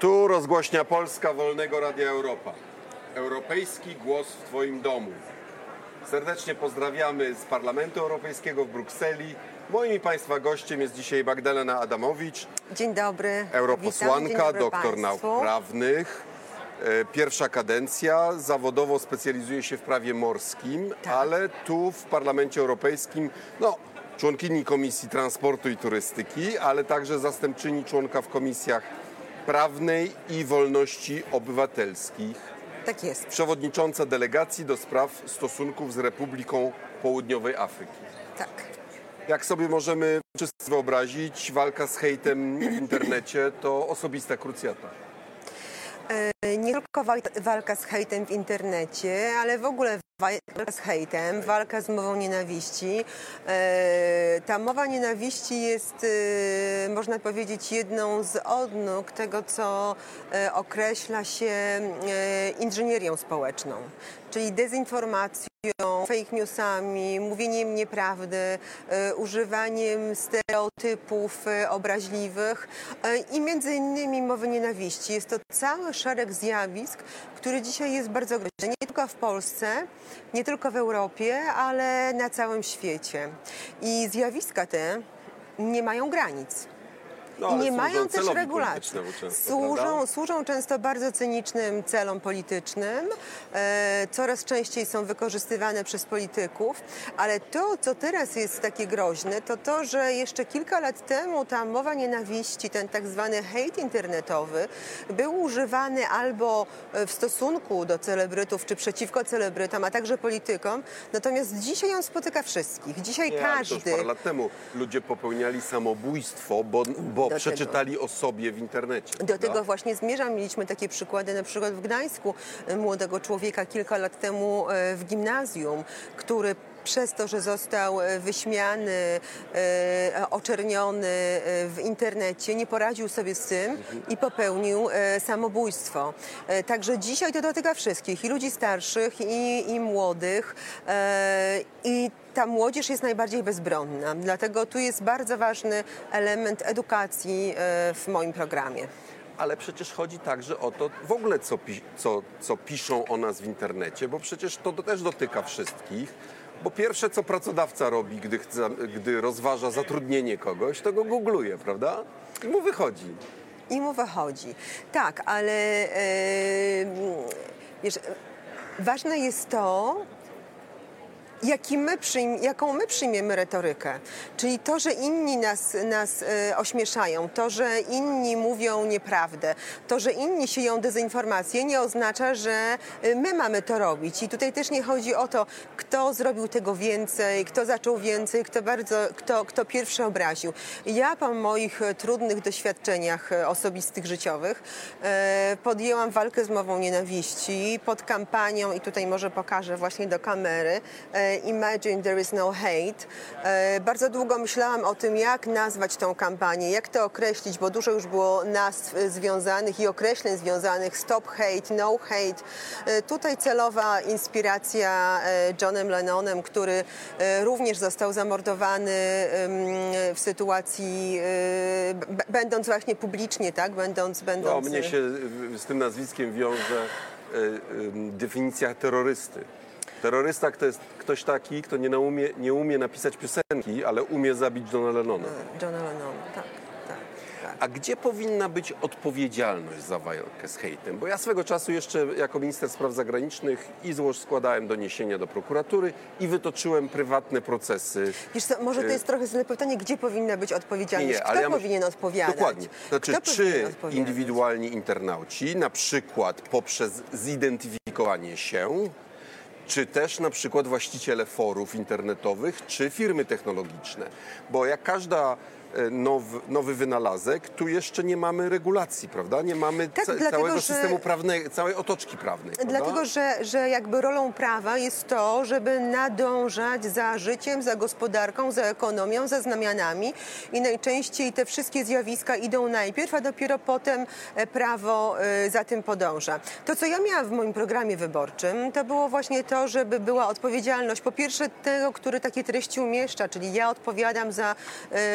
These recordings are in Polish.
Tu rozgłośnia Polska Wolnego Radia Europa. Europejski głos w Twoim domu. Serdecznie pozdrawiamy z Parlamentu Europejskiego w Brukseli. Moim i Państwa gościem jest dzisiaj Magdalena Adamowicz. Dzień dobry. Europosłanka, Dzień dobry doktor Państwu. nauk prawnych. Pierwsza kadencja. Zawodowo specjalizuje się w prawie morskim, Tak. ale tu w Parlamencie Europejskim, członkini Komisji Transportu i Turystyki, ale także zastępczyni członka w komisjach prawnej i wolności obywatelskich. Tak jest. Przewodnicząca delegacji do spraw stosunków z Republiką Południowej Afryki. Tak. Jak sobie możemy wszyscy wyobrazić, walka z hejtem w internecie to osobista krucjata. Nie tylko walka z hejtem w internecie, ale w ogóle walka z hejtem, walka z mową nienawiści. Ta mowa nienawiści jest, można powiedzieć, jedną z odnóg tego, co określa się inżynierią społeczną, czyli dezinformacją, fake newsami, mówieniem nieprawdy, używaniem stereotypów obraźliwych i między innymi mowy nienawiści. Jest to cały szereg zjawisk, który dzisiaj jest bardzo groźny, nie tylko w Polsce, nie tylko w Europie, ale na całym świecie. I zjawiska te nie mają granic. I nie mają też regulacji. Służą często bardzo cynicznym celom politycznym. Coraz częściej są wykorzystywane przez polityków. Ale to, co teraz jest takie groźne, to to, że jeszcze kilka lat temu ta mowa nienawiści, ten tak zwany hejt internetowy był używany albo w stosunku do celebrytów, czy przeciwko celebrytom, a także politykom. Natomiast dzisiaj on spotyka wszystkich. Dzisiaj każdy... To już parę lat temu ludzie popełniali samobójstwo, bo przeczytali o sobie w internecie. Do tego właśnie zmierzam. Mieliśmy takie przykłady na przykład w Gdańsku młodego człowieka kilka lat temu w gimnazjum, który przez to, że został wyśmiany, oczerniony w internecie, nie poradził sobie z tym i popełnił samobójstwo. Także dzisiaj to dotyka wszystkich, i ludzi starszych, i młodych. I ta młodzież jest najbardziej bezbronna. Dlatego tu jest bardzo ważny element edukacji w moim programie. Ale przecież chodzi także o to w ogóle, co piszą o nas w internecie, bo przecież to też dotyka wszystkich. Bo pierwsze, co pracodawca robi, gdy rozważa zatrudnienie kogoś, to go googluje, prawda? I mu wychodzi. Tak, ale wiesz, ważne jest to, jaką my przyjmiemy retorykę. Czyli to, że inni nas ośmieszają, to, że inni mówią nieprawdę, to, że inni sieją dezinformację, nie oznacza, że my mamy to robić. I tutaj też nie chodzi o to, kto zrobił tego więcej, kto zaczął więcej, kto pierwszy obraził. Ja po moich trudnych doświadczeniach osobistych, życiowych podjęłam walkę z mową nienawiści pod kampanią, i tutaj może pokażę właśnie do kamery, Imagine there is no hate. Bardzo długo myślałam o tym, jak nazwać tą kampanię, jak to określić, bo dużo już było nazw związanych i określeń związanych. Stop hate, no hate. Tutaj celowa inspiracja Johnem Lennonem, który również został zamordowany w sytuacji, będąc właśnie publicznie, tak? Będąc... Mnie się z tym nazwiskiem wiąże definicja terrorysty. Terrorysta to jest ktoś taki, kto nie umie napisać piosenki, ale umie zabić Johna Lennona. Johna Lennona, tak. A gdzie powinna być odpowiedzialność za walkę z hejtem? Bo ja swego czasu jeszcze jako minister spraw zagranicznych składałem doniesienia do prokuratury i wytoczyłem prywatne procesy. Wiesz co, może to jest trochę złe pytanie, gdzie powinna być odpowiedzialność? Kto powinien odpowiadać? Dokładnie. Znaczy, czy indywidualni internauci, na przykład poprzez zidentyfikowanie się, czy też na przykład właściciele forów internetowych, czy firmy technologiczne. Bo jak każda nowy wynalazek, tu jeszcze nie mamy regulacji, prawda? Nie mamy całego systemu prawnego, całej otoczki prawnej. Prawda? Dlatego, że jakby rolą prawa jest to, żeby nadążać za życiem, za gospodarką, za ekonomią, za znamionami, i najczęściej te wszystkie zjawiska idą najpierw, a dopiero potem prawo za tym podąża. To, co ja miałam w moim programie wyborczym, to było właśnie to, żeby była odpowiedzialność, po pierwsze tego, który takie treści umieszcza, czyli ja odpowiadam za moje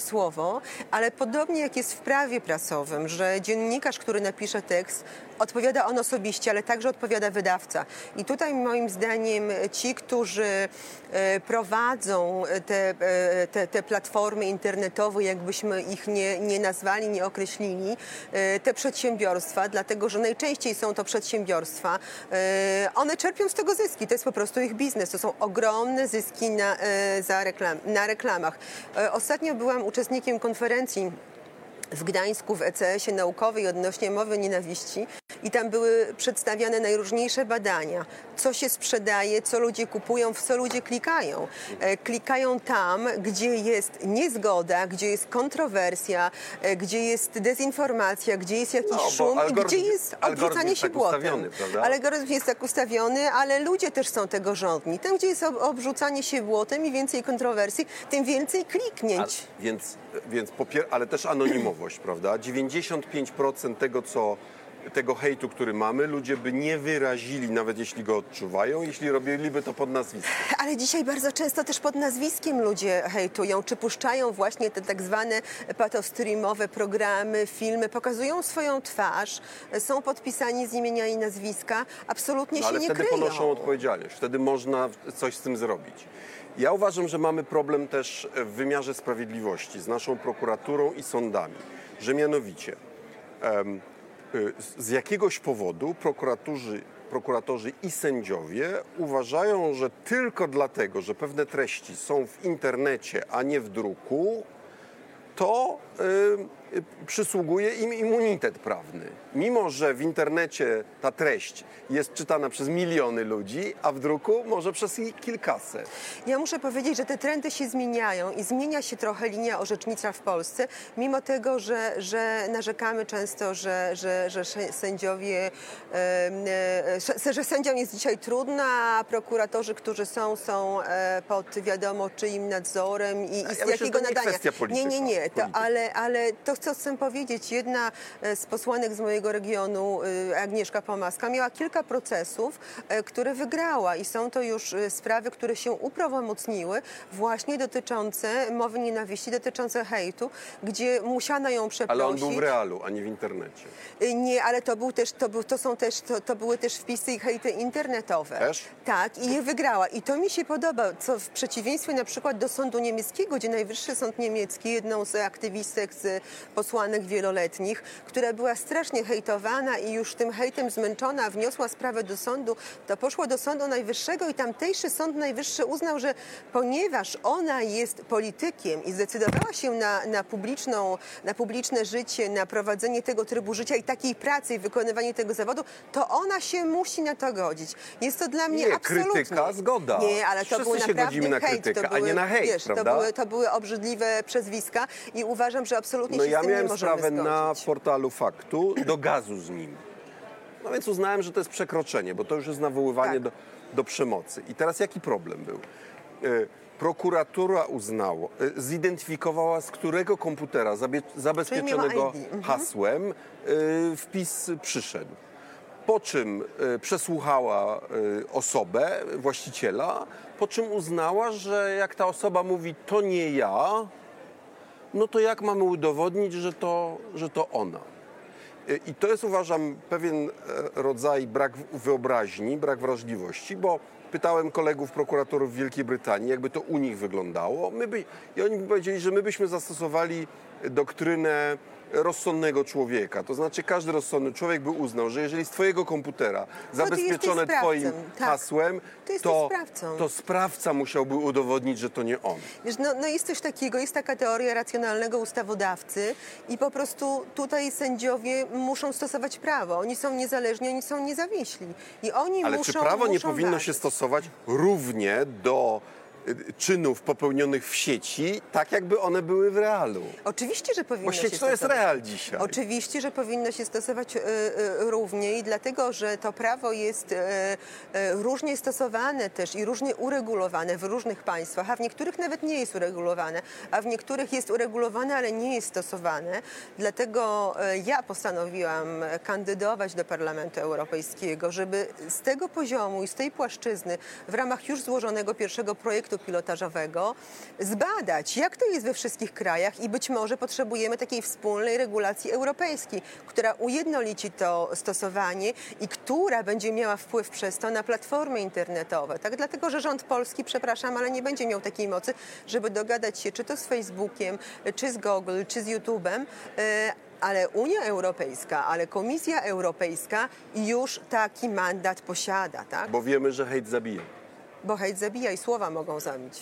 słowo, ale podobnie jak jest w prawie prasowym, że dziennikarz, który napisze tekst, odpowiada on osobiście, ale także odpowiada wydawca. I tutaj moim zdaniem ci, którzy prowadzą te platformy internetowe, jakbyśmy ich nie nazwali, nie określili, te przedsiębiorstwa, dlatego że najczęściej są to przedsiębiorstwa, one czerpią z tego zyski. To jest po prostu ich biznes. To są ogromne zyski na reklamach. Ostatnio byłam uczestnikiem konferencji w Gdańsku w ECS-ie naukowej odnośnie mowy nienawiści i tam były przedstawiane najróżniejsze badania, co się sprzedaje, co ludzie kupują, w co ludzie klikają. Klikają tam, gdzie jest niezgoda, gdzie jest kontrowersja, gdzie jest dezinformacja, gdzie jest jakiś szum i gdzie jest obrzucanie się błotem. Algorytm jest tak ustawiony, ale ludzie też są tego żądni. Tam, gdzie jest obrzucanie się błotem i więcej kontrowersji, tym więcej kliknięć. Ale też anonimowość, prawda? 95% tego hejtu, który mamy, ludzie by nie wyrazili, nawet jeśli go odczuwają, jeśli robiliby to pod nazwiskiem. Ale dzisiaj bardzo często też pod nazwiskiem ludzie hejtują, czy puszczają właśnie te tak zwane patostreamowe programy, filmy, pokazują swoją twarz, są podpisani z imienia i nazwiska, absolutnie się nie kryją. Ale wtedy ponoszą odpowiedzialność, wtedy można coś z tym zrobić. Ja uważam, że mamy problem też w wymiarze sprawiedliwości z naszą prokuraturą i sądami, że mianowicie z jakiegoś powodu prokuratorzy i sędziowie uważają, że tylko dlatego, że pewne treści są w internecie, a nie w druku, to przysługuje im immunitet prawny. Mimo że w internecie ta treść jest czytana przez miliony ludzi, a w druku może przez kilkaset. Ja muszę powiedzieć, że te trendy się zmieniają i zmienia się trochę linia orzecznicza w Polsce, mimo tego, że narzekamy często, że sędziowie, że sędziom jest dzisiaj trudno, a prokuratorzy, którzy są pod wiadomo czyim nadzorem i z jakiego nadania. Nie. Ale to, co chcę powiedzieć, jedna z posłanek z mojego regionu, Agnieszka Pomaska, miała kilka procesów, które wygrała i są to już sprawy, które się uprawomocniły, właśnie dotyczące mowy nienawiści, dotyczące hejtu, gdzie musiano ją przeprosić. Ale on był w realu, a nie w internecie. Nie, ale to były też wpisy i hejty internetowe. Też? Tak, i je wygrała. I to mi się podoba, co w przeciwieństwie na przykład do sądu niemieckiego, gdzie Najwyższy Sąd Niemiecki, jedną z aktywistek, z posłanek wieloletnich, która była strasznie hejtowana i już tym hejtem zmęczona, wniosła sprawę do sądu, to poszła do Sądu Najwyższego i tamtejszy Sąd Najwyższy uznał, że ponieważ ona jest politykiem i zdecydowała się na publiczne życie, na prowadzenie tego trybu życia i takiej pracy i wykonywanie tego zawodu, to ona się musi na to godzić. Jest to dla mnie absolutnie... krytyka, zgoda. Nie, ale to był naprawdę na hejt. Krytykę, a nie na hejt, prawda? To były obrzydliwe przezwiska i uważam, że absolutnie się z tym nie możemy sprawę zgodzić. na portalu Faktu do gazu z nim. No więc uznałem, że to jest przekroczenie, bo to już jest nawoływanie do przemocy. I teraz jaki problem był? Prokuratura zidentyfikowała, z którego komputera zabezpieczonego hasłem wpis przyszedł. Po czym przesłuchała osobę, właściciela, po czym uznała, że jak ta osoba mówi, to nie ja, no to jak mamy udowodnić, że to ona? I to jest, uważam, pewien rodzaj brak wyobraźni, brak wrażliwości, bo pytałem kolegów prokuratorów w Wielkiej Brytanii, jakby to u nich wyglądało. I oni mi powiedzieli, że my byśmy zastosowali doktrynę rozsądnego człowieka. To znaczy każdy rozsądny człowiek by uznał, że jeżeli z twojego komputera zabezpieczone twoim hasłem, to sprawca musiałby udowodnić, że to nie on. Wiesz, no jest coś takiego, jest taka teoria racjonalnego ustawodawcy i po prostu tutaj sędziowie muszą stosować prawo. Oni są niezależni, oni są niezawiśli. I oni Ale czy prawo nie powinno się stosować równie do czynów popełnionych w sieci, tak jakby one były w realu? Oczywiście, że powinno się stosować. Bo sieć to jest real dzisiaj. Oczywiście, że powinno się stosować równie i dlatego, że to prawo jest różnie stosowane też i różnie uregulowane w różnych państwach, a w niektórych nawet nie jest uregulowane, a w niektórych jest uregulowane, ale nie jest stosowane. Dlatego ja postanowiłam kandydować do Parlamentu Europejskiego, żeby z tego poziomu i z tej płaszczyzny w ramach już złożonego pierwszego projektu projektu pilotażowego zbadać, jak to jest we wszystkich krajach i być może potrzebujemy takiej wspólnej regulacji europejskiej, która ujednolici to stosowanie i która będzie miała wpływ przez to na platformy internetowe. Tak? Dlatego, że rząd polski, przepraszam, ale nie będzie miał takiej mocy, żeby dogadać się czy to z Facebookiem, czy z Google, czy z YouTube'em, ale Unia Europejska, ale Komisja Europejska już taki mandat posiada. Tak? Bo wiemy, że hejt zabija. Bo hejt zabija i słowa mogą zabić.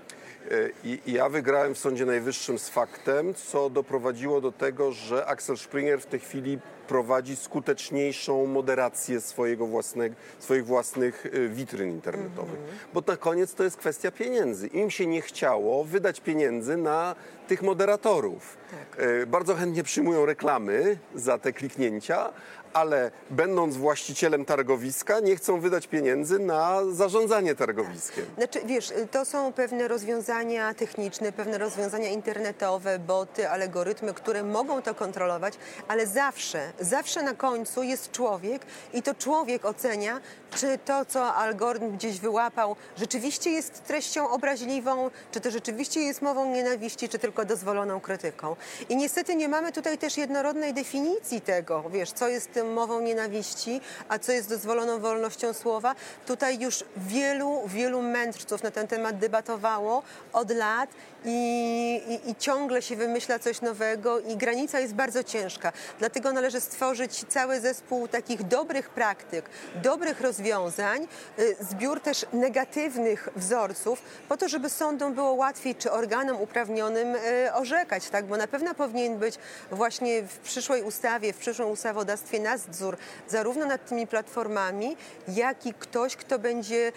I ja wygrałem w Sądzie Najwyższym z faktem, co doprowadziło do tego, że Axel Springer w tej chwili prowadzi skuteczniejszą moderację swoich własnych witryn internetowych. Bo na koniec to jest kwestia pieniędzy. Im się nie chciało wydać pieniędzy na tych moderatorów. Tak. Bardzo chętnie przyjmują reklamy za te kliknięcia, ale będąc właścicielem targowiska nie chcą wydać pieniędzy na zarządzanie targowiskiem. Znaczy, wiesz, to są pewne rozwiązania techniczne, pewne rozwiązania internetowe, boty, algorytmy, które mogą to kontrolować, ale zawsze na końcu jest człowiek i to człowiek ocenia, czy to, co algorytm gdzieś wyłapał, rzeczywiście jest treścią obraźliwą, czy to rzeczywiście jest mową nienawiści, czy tylko dozwoloną krytyką. I niestety nie mamy tutaj też jednorodnej definicji tego, wiesz, co jest tym mową nienawiści, a co jest dozwoloną wolnością słowa. Tutaj już wielu mędrców na ten temat debatowało od lat i ciągle się wymyśla coś nowego i granica jest bardzo ciężka. Dlatego należy stworzyć cały zespół takich dobrych praktyk, dobrych rozwiązań, zbiór też negatywnych wzorców, po to, żeby sądom było łatwiej czy organom uprawnionym orzekać, tak? Bo na pewno powinien być właśnie w przyszłym ustawodawstwie nadzór zarówno nad tymi platformami, jak i ktoś, kto będzie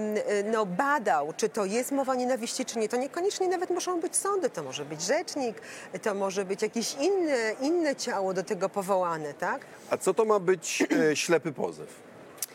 badał, czy to jest mowa nienawiści, czy nie. To niekoniecznie nawet muszą być sądy, to może być rzecznik, to może być jakieś inne ciało do tego powołane, tak? A co to ma być ślepy pozew?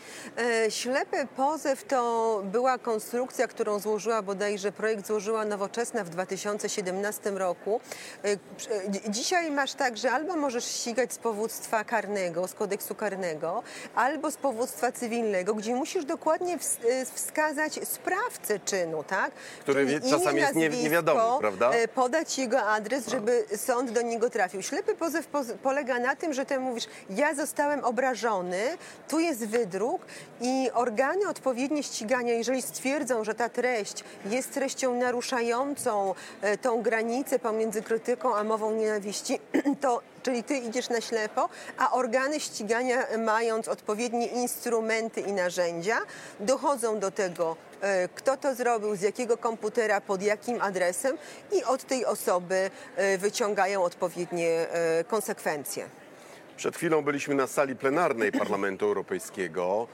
Ślepy pozew to była konstrukcja, którą projekt złożyła Nowoczesna w 2017 roku. Dzisiaj masz tak, że albo możesz ścigać z powództwa karnego, z kodeksu karnego, albo z powództwa cywilnego, gdzie musisz dokładnie wskazać sprawcę czynu, tak? Który czasami jest niewiadomy, prawda? Podać jego adres, żeby sąd do niego trafił. Ślepy pozew polega na tym, że ty mówisz, ja zostałem obrażony, tu jest wydruk, i organy odpowiednie ścigania, jeżeli stwierdzą, że ta treść jest treścią naruszającą tą granicę pomiędzy krytyką a mową nienawiści, czyli ty idziesz na ślepo, a organy ścigania, mając odpowiednie instrumenty i narzędzia, dochodzą do tego, kto to zrobił, z jakiego komputera, pod jakim adresem i od tej osoby wyciągają odpowiednie konsekwencje. Przed chwilą byliśmy na sali plenarnej Parlamentu Europejskiego.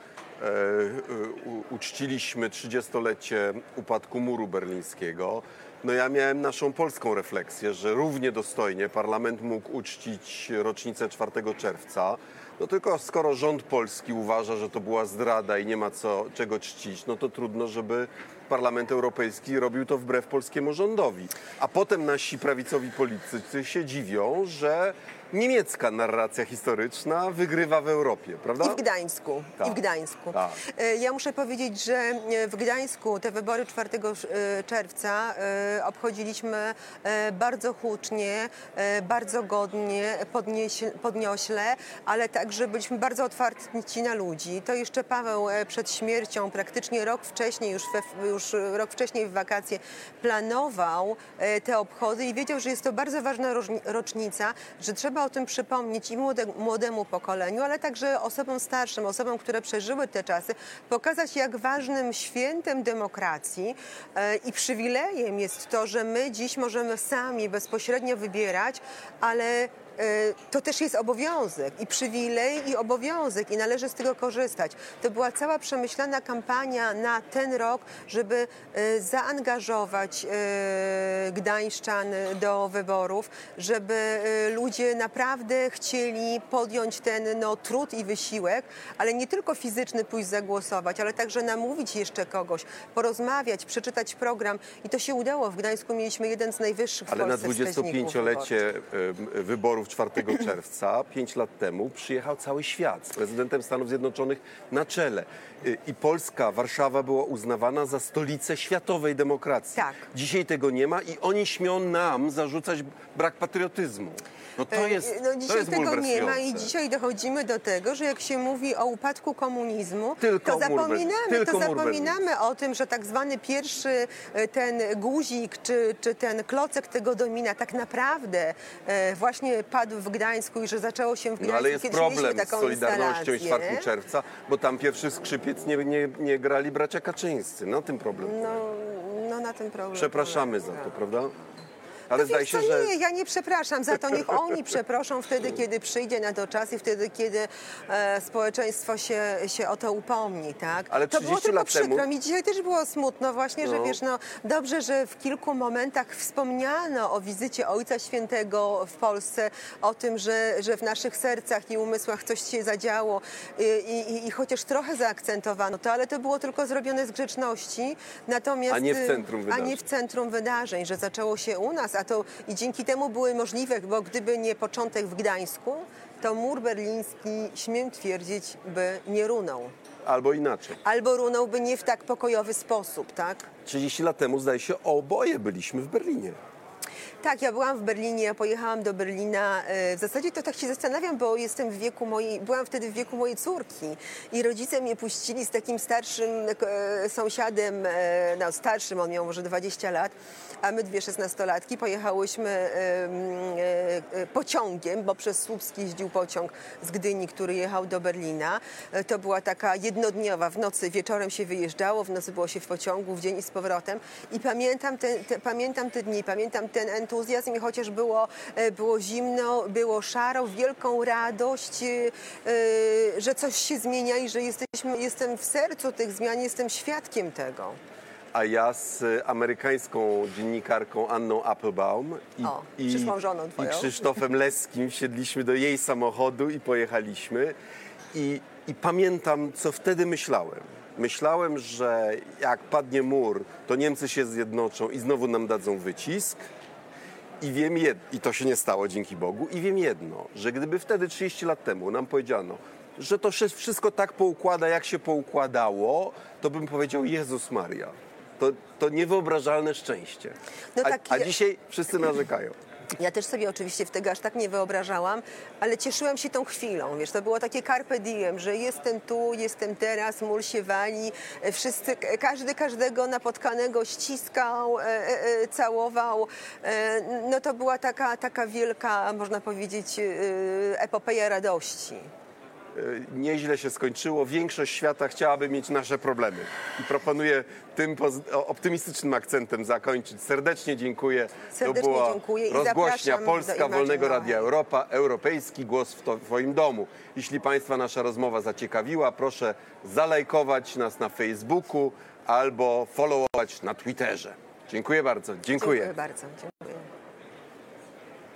Uczciliśmy 30-lecie upadku muru berlińskiego. No ja miałem naszą polską refleksję, że równie dostojnie parlament mógł uczcić rocznicę 4 czerwca. No tylko skoro rząd polski uważa, że to była zdrada i nie ma czego czcić, no to trudno, żeby Parlament Europejski robił to wbrew polskiemu rządowi. A potem nasi prawicowi politycy się dziwią, że niemiecka narracja historyczna wygrywa w Europie, prawda? I w Gdańsku. Tak. I w Gdańsku. Tak. Ja muszę powiedzieć, że w Gdańsku te wybory 4 czerwca obchodziliśmy bardzo hucznie, bardzo godnie, podniośle, ale także byliśmy bardzo otwarci na ludzi. To jeszcze Paweł przed śmiercią, praktycznie rok wcześniej, już rok wcześniej w wakacje, planował te obchody i wiedział, że jest to bardzo ważna rocznica, że trzeba o tym przypomnieć i młodemu pokoleniu, ale także osobom starszym, osobom, które przeżyły te czasy, pokazać, jak ważnym świętem demokracji i przywilejem jest to, że my dziś możemy sami bezpośrednio wybierać, ale to też jest obowiązek i przywilej i obowiązek i należy z tego korzystać. To była cała przemyślana kampania na ten rok, żeby zaangażować gdańszczan do wyborów, żeby ludzie naprawdę chcieli podjąć ten trud i wysiłek, ale nie tylko fizyczny pójść zagłosować, ale także namówić jeszcze kogoś, porozmawiać, przeczytać program i to się udało. W Gdańsku mieliśmy jeden z najwyższych w Polsce wskaźników. Ale na 25-lecie wyborów wyborów 4 czerwca, 5 lat temu, przyjechał cały świat z prezydentem Stanów Zjednoczonych na czele. I Polska, Warszawa była uznawana za stolicę światowej demokracji. Tak. Dzisiaj tego nie ma i oni śmią nam zarzucać brak patriotyzmu. No to jest dzisiaj tego nie ma i bulwersujące. dzisiaj dochodzimy do tego, że jak się mówi o upadku komunizmu, Tylko to zapominamy o tym, że tak zwany pierwszy ten guzik czy ten klocek tego domina tak naprawdę właśnie padł w Gdańsku i że zaczęło się w Gdańsku, No ale jest kiedy mieliśmy problem z taką Solidarnością i instalację. 4 czerwca, bo tam pierwszy skrzypiec nie grali bracia Kaczyńscy. Na tym problem. No na tym problem. Przepraszamy za to, prawda? Ale No zdaje wiesz się, co, że... nie, ja nie przepraszam za to, niech oni przeproszą wtedy, kiedy przyjdzie na to czas i wtedy, kiedy społeczeństwo się o to upomni, tak? Ale to było 30 tylko lat temu- przykro. Mi dzisiaj też było smutno właśnie, że wiesz, no dobrze, że w kilku momentach wspomniano o wizycie Ojca Świętego w Polsce, o tym, że w naszych sercach i umysłach coś się zadziało i chociaż trochę zaakcentowano to, ale to było tylko zrobione z grzeczności, natomiast... A nie w centrum wydarzeń. A nie w centrum wydarzeń, że zaczęło się u nas, i dzięki temu były możliwe, bo gdyby nie początek w Gdańsku, to mur berliński, śmiem twierdzić, by nie runął. Albo inaczej. Albo runąłby nie w tak pokojowy sposób, tak? 30 lat temu, zdaje się, oboje byliśmy w Berlinie. Tak, ja byłam w Berlinie, ja pojechałam do Berlina. W zasadzie to tak się zastanawiam, bo jestem w wieku byłam wtedy w wieku mojej córki i rodzice mnie puścili z takim starszym sąsiadem, no starszym, on miał może 20 lat, a my dwie 16-latki pojechałyśmy pociągiem, bo przez Słupsk jeździł pociąg z Gdyni, który jechał do Berlina. To była taka jednodniowa, w nocy, wieczorem się wyjeżdżało, w nocy było się w pociągu, w dzień i z powrotem. I pamiętam te dni, pamiętam ten entuzjazm i chociaż było zimno, było szaro, wielką radość, że coś się zmienia i że jestem w sercu tych zmian, jestem świadkiem tego. A ja z amerykańską dziennikarką Anną Applebaum przyszłą żoną twoją. i Krzysztofem Leskim wsiedliśmy do jej samochodu i pojechaliśmy. I pamiętam, co wtedy myślałem. Myślałem, że jak padnie mur, to Niemcy się zjednoczą i znowu nam dadzą wycisk. I wiem i to się nie stało, dzięki Bogu. I wiem jedno, że gdyby wtedy 30 lat temu nam powiedziano, że to wszystko tak poukłada, jak się poukładało, to bym powiedział, Jezus Maria, to niewyobrażalne szczęście. No a dzisiaj wszyscy narzekają. Ja też sobie oczywiście wtedy aż tak nie wyobrażałam, ale cieszyłam się tą chwilą, wiesz, to było takie carpe diem, że jestem tu, jestem teraz, mur się wali, wszyscy, każdy każdego napotkanego ściskał, całował, no to była taka wielka, można powiedzieć, epopeja radości. Nieźle się skończyło. Większość świata chciałaby mieć nasze problemy. I proponuję tym optymistycznym akcentem zakończyć. Serdecznie dziękuję. Serdecznie to była dziękuję i rozgłośnia zapraszam Polska do Wolnego Radia Imagine Europa, europejski głos w Twoim domu. Jeśli Państwa nasza rozmowa zaciekawiła, proszę zalajkować nas na Facebooku albo followować na Twitterze. Dziękuję bardzo. Dziękuję bardzo. Dziękuję.